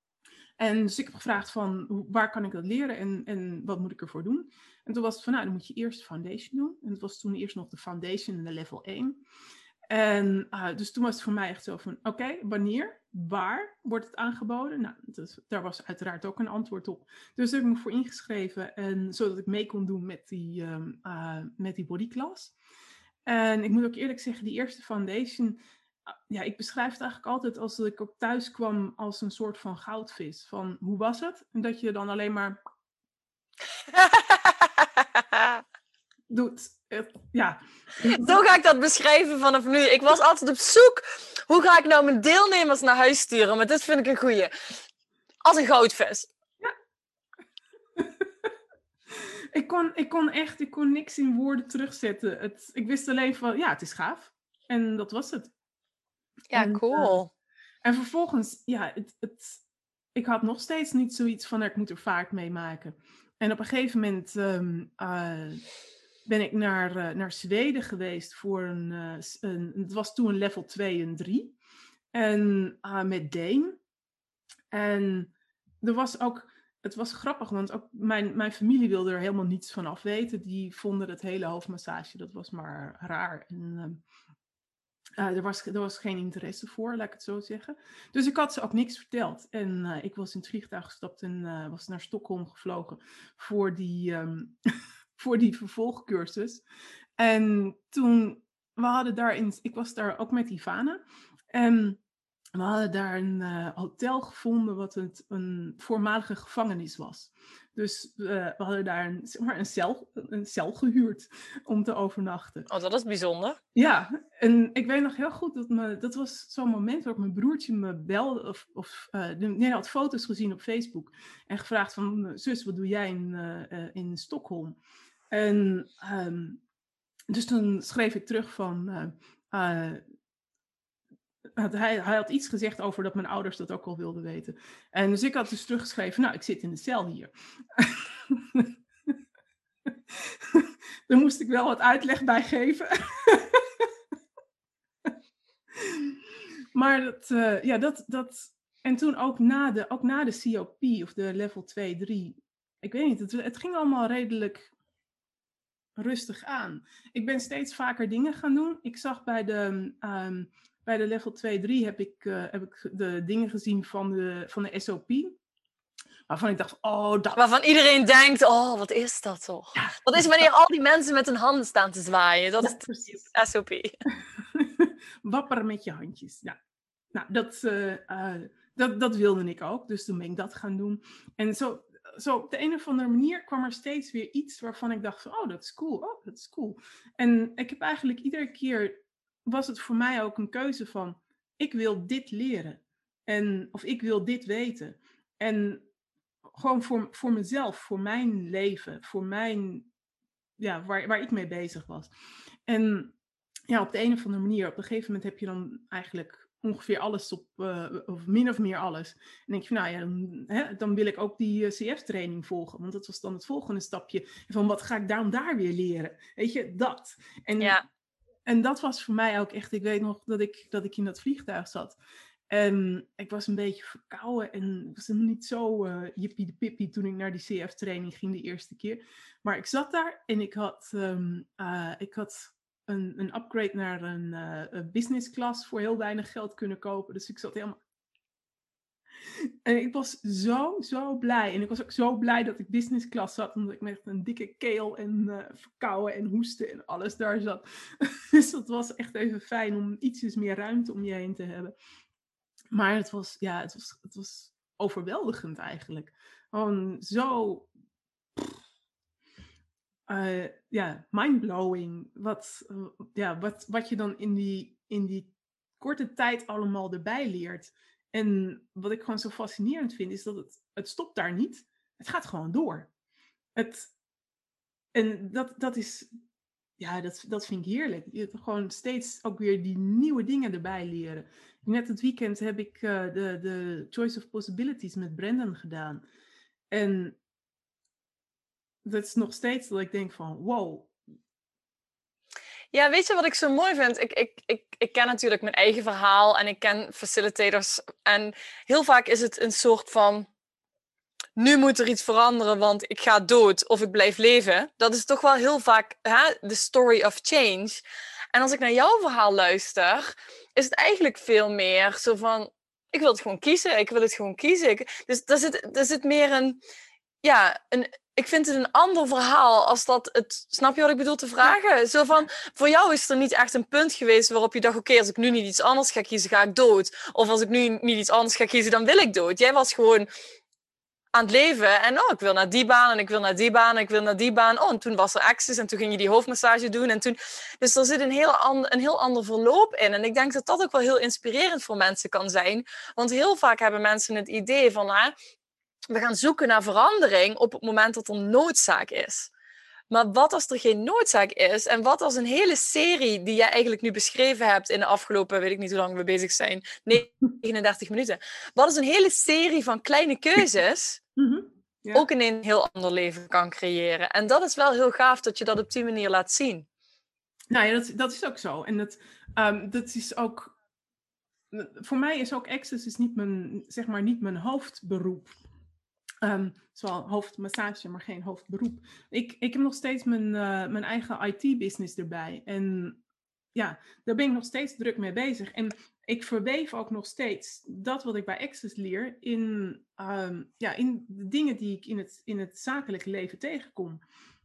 Speaker 3: En dus ik heb gevraagd van, waar kan ik dat leren en, en wat moet ik ervoor doen? En toen was het van, nou, dan moet je eerst foundation doen. En dat was toen eerst nog de foundation en de level één. En uh, dus toen was het voor mij echt zo van, oké, okay, wanneer, waar wordt het aangeboden? Nou, dus, daar was uiteraard ook een antwoord op. Dus daar heb ik me voor ingeschreven, en, zodat ik mee kon doen met die, um, uh, met die bodyclass. En ik moet ook eerlijk zeggen, die eerste foundation, ja, ik beschrijf het eigenlijk altijd als dat ik ook thuis kwam als een soort van goudvis. Van, hoe was het? En dat je dan alleen maar doet. Ja.
Speaker 2: Zo ga ik dat beschrijven vanaf nu. Ik was altijd op zoek, hoe ga ik nou mijn deelnemers naar huis sturen? Maar dit vind ik een goeie. Als een goudvis.
Speaker 3: Ja. ik, kon, ik kon echt, ik kon niks in woorden terugzetten. Het, ik wist alleen van, ja, het is gaaf. En dat was het.
Speaker 2: Ja,
Speaker 3: en,
Speaker 2: cool.
Speaker 3: Uh, en vervolgens, ja, het, het, ik had nog steeds niet zoiets van, ik moet er vaart mee maken. En op een gegeven moment um, uh, ben ik naar, uh, naar Zweden geweest voor een, uh, een, het was toen een level twee en drie. En uh, met Dane. En er was ook, het was grappig, want ook mijn, mijn familie wilde er helemaal niets van af weten. Die vonden het hele hoofdmassage, dat was maar raar. En, uh, Uh, er, was, er was geen interesse voor, laat ik het zo zeggen. Dus ik had ze ook niks verteld. En uh, ik was in het vliegtuig gestapt en uh, was naar Stockholm gevlogen voor die, um, voor die vervolgcursus. En toen, we hadden daar, in, ik was daar ook met Ivana. En we hadden daar een uh, hotel gevonden wat het, een voormalige gevangenis was. Dus uh, we hadden daar een, zeg maar een, cel, een cel gehuurd om te overnachten.
Speaker 2: Oh, dat is bijzonder.
Speaker 3: Ja, en ik weet nog heel goed dat me, dat was zo'n moment waarop mijn broertje me belde. Of, of uh, nee, had foto's gezien op Facebook. En gevraagd van, zus, wat doe jij in, uh, in Stockholm? En um, dus toen schreef ik terug van, uh, uh, had hij, hij had iets gezegd over dat mijn ouders dat ook al wilden weten. En dus ik had dus teruggeschreven, nou, ik zit in de cel hier. Daar moest ik wel wat uitleg bij geven. Maar dat, uh, ja, dat, dat... En toen ook na de, ook na de C O P, of de level twee, drie... Ik weet niet, het, het ging allemaal redelijk rustig aan. Ik ben steeds vaker dingen gaan doen. Ik zag bij de, um, bij de level twee, drie heb ik, uh, heb ik de dingen gezien van de, van de S O P. Waarvan ik dacht, oh, dat...
Speaker 2: Waarvan iedereen denkt, oh, wat is dat toch?
Speaker 3: Ja,
Speaker 2: dat is wanneer al die mensen met hun handen staan te zwaaien. Dat
Speaker 3: ja,
Speaker 2: is
Speaker 3: precies.
Speaker 2: S O P.
Speaker 3: Wapper met je handjes. Ja. Nou, dat, uh, uh, dat, dat wilde ik ook. Dus toen ben ik dat gaan doen. En zo, zo op de een of andere manier kwam er steeds weer iets waarvan ik dacht van, oh, dat is cool. Oh, dat is cool. En ik heb eigenlijk iedere keer, was het voor mij ook een keuze van, ik wil dit leren. En, of ik wil dit weten. En gewoon voor, voor mezelf, voor mijn leven, voor mijn, ja, waar, waar ik mee bezig was. En ja, op de een of andere manier, op een gegeven moment heb je dan eigenlijk ongeveer alles op, uh, of min of meer alles. En denk je van, nou ja, dan, hè, dan wil ik ook die uh, C F-training volgen. Want dat was dan het volgende stapje. Van, wat ga ik dan daar weer leren? Weet je, dat. En,
Speaker 2: ja.
Speaker 3: en dat was voor mij ook echt, ik weet nog dat ik, dat ik in dat vliegtuig zat. En ik was een beetje verkouden en was helemaal niet zo uh, jippie de pippie toen ik naar die C F-training ging de eerste keer. Maar ik zat daar en ik had, um, uh, ik had een, een upgrade naar een, uh, een business class voor heel weinig geld kunnen kopen. Dus ik zat helemaal... En ik was zo, zo blij. En ik was ook zo blij dat ik business class zat, omdat ik met een dikke keel en uh, verkouden en hoesten en alles daar zat. Dus dat was echt even fijn om ietsjes meer ruimte om je heen te hebben. Maar het was, ja, het was, het was overweldigend eigenlijk. Gewoon zo, uh, ja, mindblowing. Wat, uh, ja, wat, wat je dan in die, in die korte tijd allemaal erbij leert. En wat ik gewoon zo fascinerend vind, is dat het, het stopt daar niet. Het gaat gewoon door. Het, en dat, dat is, ja, dat, dat vind ik heerlijk. Je gewoon steeds ook weer die nieuwe dingen erbij leren. Net het weekend heb ik uh, de, de Choice of Possibilities met Brandon gedaan. En dat is nog steeds dat ik denk van, wow.
Speaker 2: Ja, weet je wat ik zo mooi vind? Ik, ik, ik, ik ken natuurlijk mijn eigen verhaal en ik ken facilitators. En heel vaak is het een soort van, nu moet er iets veranderen, want ik ga dood of ik blijf leven. Dat is toch wel heel vaak hè, de story of change. En als ik naar jouw verhaal luister, is het eigenlijk veel meer zo van, ik wil het gewoon kiezen, ik wil het gewoon kiezen. Ik, dus daar zit, daar zit meer een, ja, een, ik vind het een ander verhaal als dat het, snap je wat ik bedoel te vragen? Zo van, voor jou is er niet echt een punt geweest waarop je dacht, oké, okay, als ik nu niet iets anders ga kiezen, ga ik dood. Of als ik nu niet iets anders ga kiezen, dan wil ik dood. Jij was gewoon aan het leven en oh, ik wil naar die baan en ik wil naar die baan en ik wil naar die baan. Oh, en toen was er Access en toen ging je die hoofdmassage doen. En toen... Dus er zit een heel, an... een heel ander verloop in. En ik denk dat dat ook wel heel inspirerend voor mensen kan zijn. Want heel vaak hebben mensen het idee van, ah, we gaan zoeken naar verandering op het moment dat er noodzaak is. Maar wat als er geen noodzaak is? En wat als een hele serie die jij eigenlijk nu beschreven hebt in de afgelopen, weet ik niet hoe lang we bezig zijn, negenendertig minuten. Wat als een hele serie van kleine keuzes
Speaker 3: Mm-hmm. Ja.
Speaker 2: ook in een heel ander leven kan creëren. En dat is wel heel gaaf dat je dat op die manier laat zien.
Speaker 3: Nou ja, dat, dat is ook zo. En dat, um, dat is ook... Voor mij is ook Access is niet mijn, zeg maar, niet mijn hoofdberoep. Um, het is wel hoofdmassage, maar geen hoofdberoep. Ik, ik heb nog steeds mijn, uh, mijn eigen I T-business erbij. En ja, daar ben ik nog steeds druk mee bezig. En ik verweef ook nog steeds dat wat ik bij Access leer in, um, ja, in de dingen die ik in het, in het zakelijke leven tegenkom.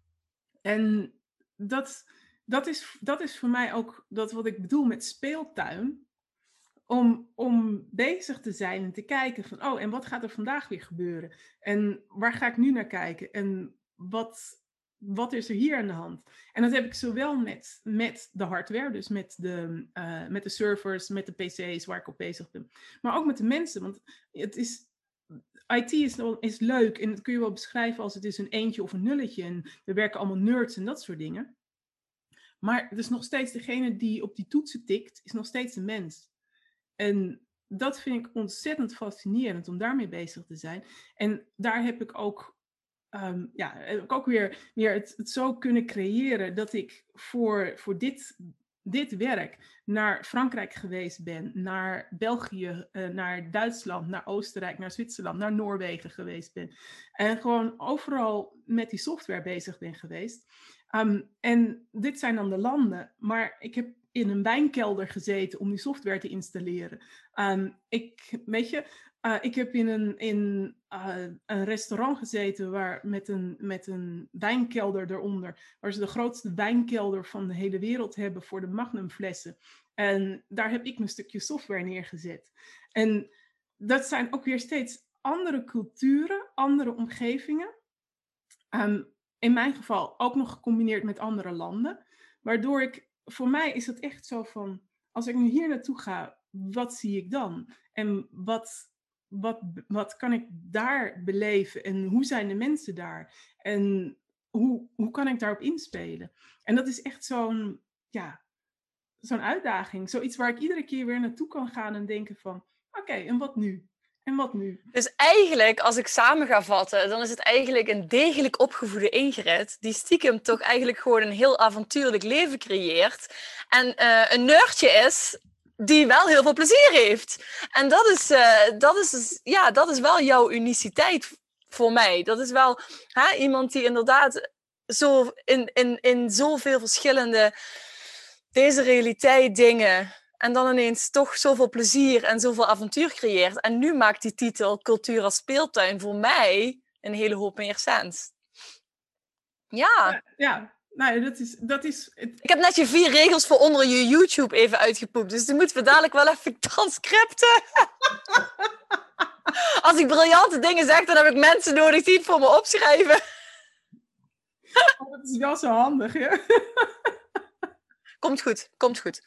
Speaker 3: En dat, dat, is, dat is voor mij ook dat wat ik bedoel met speeltuin. Om, om bezig te zijn en te kijken van, oh, en wat gaat er vandaag weer gebeuren? En waar ga ik nu naar kijken? En wat, wat is er hier aan de hand? En dat heb ik zowel met, met de hardware, dus met de, uh, met de servers, met de P C's waar ik op bezig ben. Maar ook met de mensen, want het is... I T is, is leuk en dat kun je wel beschrijven als het is een eentje of een nulletje. En we werken allemaal nerds en dat soort dingen. Maar dus nog steeds degene die op die toetsen tikt, is nog steeds een mens. En dat vind ik ontzettend fascinerend om daarmee bezig te zijn. En daar heb ik ook, um, ja, heb ik ook weer, weer het, het zo kunnen creëren dat ik voor, voor dit, dit werk naar Frankrijk geweest ben, naar België, uh, naar Duitsland, naar Oostenrijk, naar Zwitserland, naar Noorwegen geweest ben. En gewoon overal met die software bezig ben geweest. Um, en dit zijn dan de landen, maar ik heb in een wijnkelder gezeten om die software te installeren. Um, ik, weet je, uh, ik heb in een, in, uh, een restaurant gezeten waar, met, een, met een wijnkelder eronder, waar ze de grootste wijnkelder van de hele wereld hebben voor de Magnumflessen. En daar heb ik mijn stukje software neergezet. En dat zijn ook weer steeds andere culturen, andere omgevingen. Um, in mijn geval ook nog gecombineerd met andere landen. Waardoor ik, voor mij is het echt zo van, als ik nu hier naartoe ga, wat zie ik dan? En wat, wat, wat kan ik daar beleven? En hoe zijn de mensen daar? En hoe, hoe kan ik daarop inspelen? En dat is echt zo'n, ja, zo'n uitdaging. Zoiets waar ik iedere keer weer naartoe kan gaan en denken van, oké, okay, en wat nu? En wat nu?
Speaker 2: Dus eigenlijk, als ik samen ga vatten, dan is het eigenlijk een degelijk opgevoede Ingrid, die stiekem toch eigenlijk gewoon een heel avontuurlijk leven creëert. En uh, een nerdje is, die wel heel veel plezier heeft. En dat is, uh, dat is, ja, dat is wel jouw uniciteit voor mij. Dat is wel hè, iemand die inderdaad zo in, in, in zoveel verschillende deze realiteit dingen... En dan ineens toch zoveel plezier en zoveel avontuur creëert. En nu maakt die titel Cultuur als speeltuin voor mij een hele hoop meer sens. Ja.
Speaker 3: Ja, ja. Nou, dat is... Dat is het...
Speaker 2: Ik heb net je vier regels voor onder je YouTube even uitgepoept. Dus die moeten we dadelijk wel even transcripten. Als ik briljante dingen zeg, dan heb ik mensen nodig die het voor me opschrijven.
Speaker 3: Oh, dat is wel zo handig, hè?
Speaker 2: Komt goed, komt goed.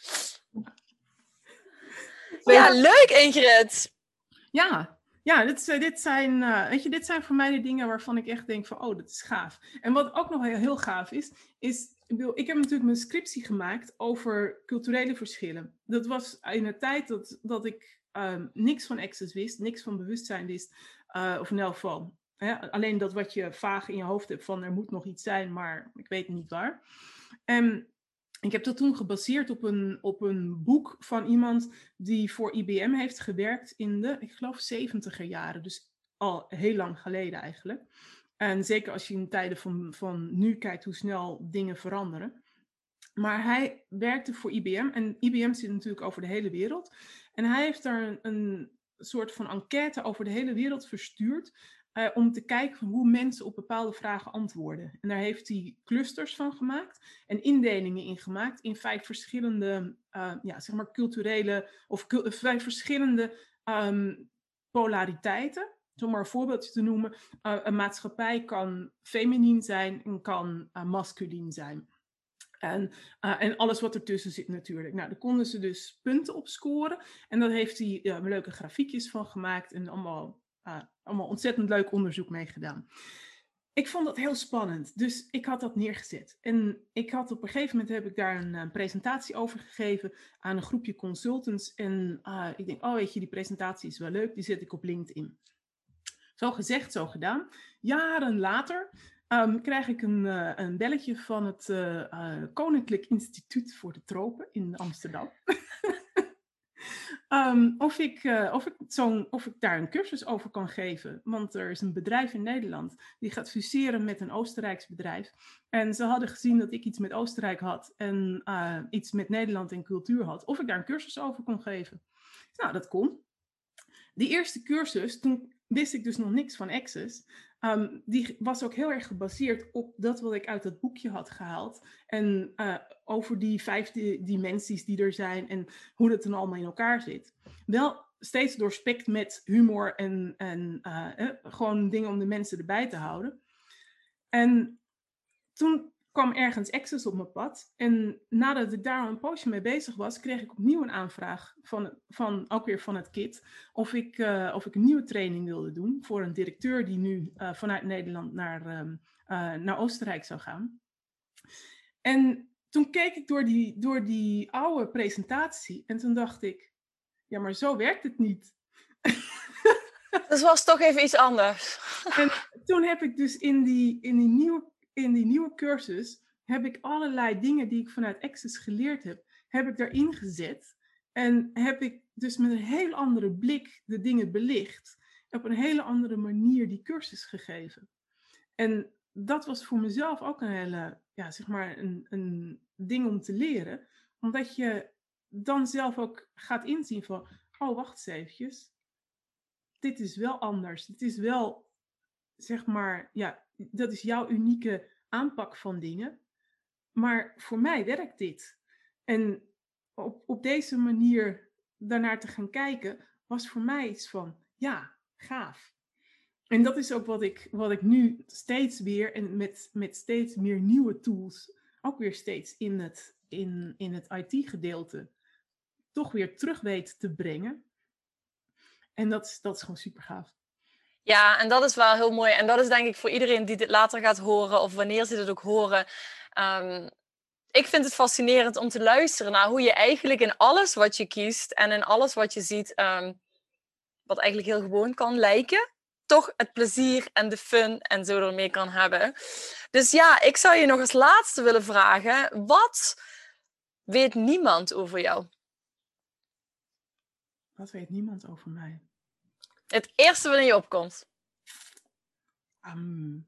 Speaker 2: Ja, leuk Ingrid.
Speaker 3: Ja, ja dit, dit, zijn, uh, weet je, dit zijn voor mij de dingen waarvan ik echt denk van, oh, dat is gaaf. En wat ook nog heel, heel gaaf is, is, ik, bedoel, ik heb natuurlijk mijn scriptie gemaakt over culturele verschillen. Dat was in een tijd dat, dat ik um, niks van access wist, niks van bewustzijn wist, uh, of in elk geval. Hè, alleen dat wat je vaag in je hoofd hebt van, er moet nog iets zijn, maar ik weet niet waar. En ik heb dat toen gebaseerd op een, op een boek van iemand die voor I B M heeft gewerkt in de, ik geloof, zeventiger jaren. Dus al heel lang geleden eigenlijk. En zeker als je in tijden van, van nu kijkt hoe snel dingen veranderen. Maar hij werkte voor I B M en I B M zit natuurlijk over de hele wereld. En hij heeft daar een, een soort van enquête over de hele wereld verstuurd. Uh, om te kijken van hoe mensen op bepaalde vragen antwoorden. En daar heeft hij clusters van gemaakt en indelingen in gemaakt in vijf verschillende, uh, ja, zeg maar culturele of cu- vijf verschillende um, polariteiten. Om maar een voorbeeldje te noemen. Uh, een maatschappij kan feminien zijn en kan uh, masculien zijn. En, uh, en alles wat ertussen zit natuurlijk. Nou, daar konden ze dus punten op scoren. En daar heeft hij uh, leuke grafiekjes van gemaakt en allemaal... Uh, allemaal ontzettend leuk onderzoek mee gedaan. Ik vond dat heel spannend, dus ik had dat neergezet. En ik had op een gegeven moment heb ik daar een, een presentatie over gegeven aan een groepje consultants. En uh, ik denk, oh weet je, die presentatie is wel leuk, die zet ik op LinkedIn. Zo gezegd, zo gedaan. Jaren later um, krijg ik een, uh, een belletje van het uh, uh, Koninklijk Instituut voor de Tropen in Amsterdam. Um, of, ik, uh, of, ik zo'n, of ik daar een cursus over kan geven. Want er is een bedrijf in Nederland die gaat fuseren met een Oostenrijks bedrijf. En ze hadden gezien dat ik iets met Oostenrijk had en uh, iets met Nederland en cultuur had. Of ik daar een cursus over kon geven. Nou, dat kon. Die eerste cursus, toen wist ik dus nog niks van Access. Um, die was ook heel erg gebaseerd op dat wat ik uit dat boekje had gehaald. En uh, over die vijf di- dimensies die er zijn en hoe dat dan allemaal in elkaar zit. Wel steeds doorspekt met humor en, en uh, eh, gewoon dingen om de mensen erbij te houden. En toen kwam ergens Access op mijn pad. En nadat ik daar een poosje mee bezig was, kreeg ik opnieuw een aanvraag van, van ook weer van het K I T. Of ik, uh, of ik een nieuwe training wilde doen voor een directeur die nu uh, vanuit Nederland naar, um, uh, naar Oostenrijk zou gaan. En toen keek ik door die, door die oude presentatie en toen dacht ik, ja, maar zo werkt het niet.
Speaker 2: Dus was toch even iets anders.
Speaker 3: En toen heb ik dus in die, in die, nieuwe, in die nieuwe cursus, heb ik allerlei dingen die ik vanuit Access geleerd heb, heb ik daarin gezet. En heb ik dus met een heel andere blik de dingen belicht. Op een hele andere manier die cursus gegeven. En dat was voor mezelf ook een hele, ja, zeg maar, een, een ding om te leren. Omdat je dan zelf ook gaat inzien van, oh, wacht eens eventjes. Dit is wel anders. Dit is wel, zeg maar, ja, dat is jouw unieke aanpak van dingen. Maar voor mij werkt dit. En op, op deze manier daarnaar te gaan kijken, was voor mij iets van, ja, gaaf. En dat is ook wat ik, wat ik nu steeds weer, en met, met steeds meer nieuwe tools, ook weer steeds in het, in, in het I T-gedeelte, toch weer terug weet te brengen. En dat is, dat is gewoon super gaaf.
Speaker 2: Ja, en dat is wel heel mooi. En dat is denk ik voor iedereen die dit later gaat horen, of wanneer ze dit ook horen. Um, ik vind het fascinerend om te luisteren naar hoe je eigenlijk in alles wat je kiest en in alles wat je ziet, um, wat eigenlijk heel gewoon kan lijken, toch het plezier en de fun en zo ermee kan hebben. Dus ja, ik zou je nog als laatste willen vragen, wat weet niemand over jou?
Speaker 3: Wat weet niemand over mij?
Speaker 2: Het eerste wat in je opkomt.
Speaker 3: Um,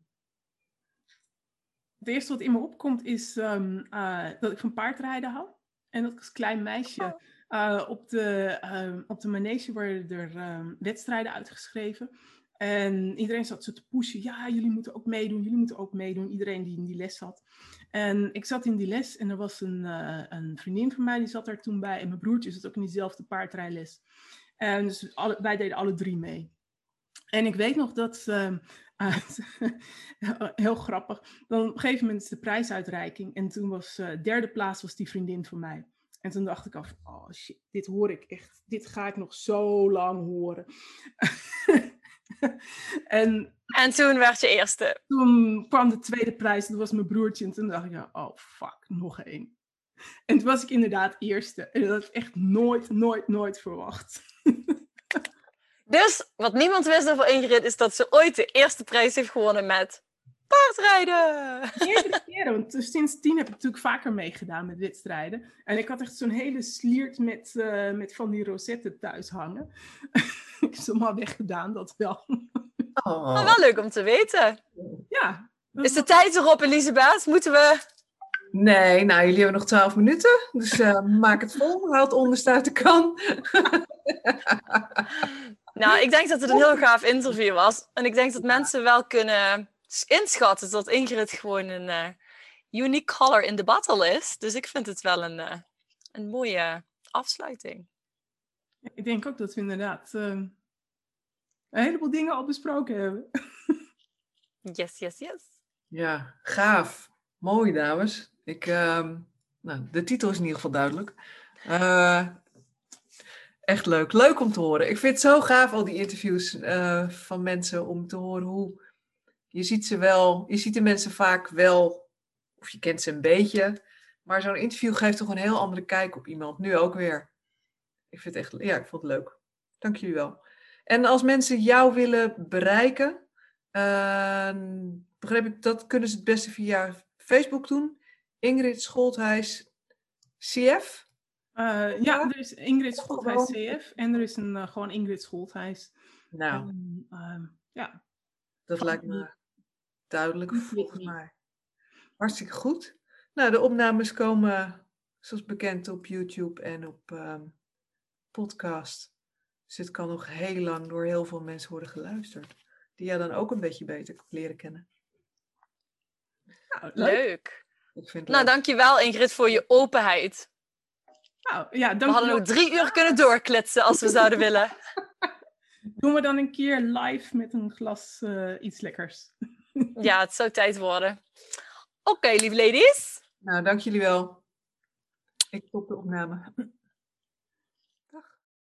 Speaker 3: het eerste wat in me opkomt is um, uh, dat ik van paardrijden hou. En dat ik als klein meisje uh, op, de, uh, op de manege worden er um, wedstrijden uitgeschreven. En iedereen zat zo te pushen. Ja, jullie moeten ook meedoen. Jullie moeten ook meedoen. Iedereen die in die les zat. En ik zat in die les en er was een, uh, een vriendin van mij die zat daar toen bij. En mijn broertje zat ook in diezelfde paardrijles. En dus alle, wij deden alle drie mee. En ik weet nog dat, uh, uh, heel grappig, dan op een gegeven moment is de prijsuitreiking. En toen was uh, derde plaats was die vriendin van mij. En toen dacht ik af, oh shit, dit hoor ik echt, dit ga ik nog zo lang horen. en,
Speaker 2: en toen werd je eerste.
Speaker 3: Toen kwam de tweede prijs, dat was mijn broertje. En toen dacht ik, ja, oh fuck, nog één. En toen was ik inderdaad eerste. En dat had ik echt nooit, nooit, nooit verwacht.
Speaker 2: Dus, wat niemand wist over Ingrid, is dat ze ooit de eerste prijs heeft gewonnen met paardrijden.
Speaker 3: Meerdere keren, want sindsdien heb ik natuurlijk vaker meegedaan met wedstrijden. En ik had echt zo'n hele sliert met, uh, met van die rosetten thuis hangen. Ik heb ze allemaal weggedaan, dat wel.
Speaker 2: Oh. Maar wel leuk om te weten.
Speaker 3: Ja.
Speaker 2: Is de tijd erop, Elisabeth? Moeten we...
Speaker 1: Nee, nou, jullie hebben nog twaalf minuten. Dus uh, maak het vol. Haal het onderste uit de kan.
Speaker 2: Nou, ik denk dat het een heel gaaf interview was. En ik denk dat mensen wel kunnen inschatten dat Ingrid gewoon een uh, unique color in the battle is. Dus ik vind het wel een, uh, een mooie afsluiting.
Speaker 3: Ik denk ook dat we inderdaad uh, een heleboel dingen al besproken hebben.
Speaker 2: Yes, yes, yes.
Speaker 1: Ja, gaaf. Mooi, dames. Ik, uh, nou, de titel is in ieder geval duidelijk. Uh, echt leuk. Leuk om te horen. Ik vind het zo gaaf, al die interviews uh, van mensen, om te horen hoe... Je ziet ze wel, je ziet de mensen vaak wel, of je kent ze een beetje, maar zo'n interview geeft toch een heel andere kijk op iemand. Nu ook weer. Ik vind het echt, ja, ik vond het leuk. Dank jullie wel. En als mensen jou willen bereiken, uh, begrijp ik, dat kunnen ze het beste via Facebook doen. Ingrid Scholthuis C F?
Speaker 3: Uh, ja, er is Ingrid Scholthuis C F en er is een uh, gewoon Ingrid Scholthuis.
Speaker 1: Nou,
Speaker 3: en, uh, ja.
Speaker 1: Dat lijkt me duidelijk volgens mij. Hartstikke goed. Nou, de opnames komen zoals bekend op YouTube en op um, podcast. Dus het kan nog heel lang door heel veel mensen worden geluisterd. Die jou dan ook een beetje beter leren kennen.
Speaker 2: Nou, leuk. leuk.
Speaker 1: Ik vind
Speaker 2: nou,
Speaker 1: leuk.
Speaker 2: Dankjewel Ingrid voor je openheid.
Speaker 3: Nou, ja, dank
Speaker 2: we hadden nog drie uur kunnen doorkletsen als we zouden willen.
Speaker 3: Doen we dan een keer live met een glas uh, iets lekkers.
Speaker 2: Ja, het zou tijd worden. Oké, okay, lieve ladies.
Speaker 1: Nou, dank jullie wel. Ik stop de opname.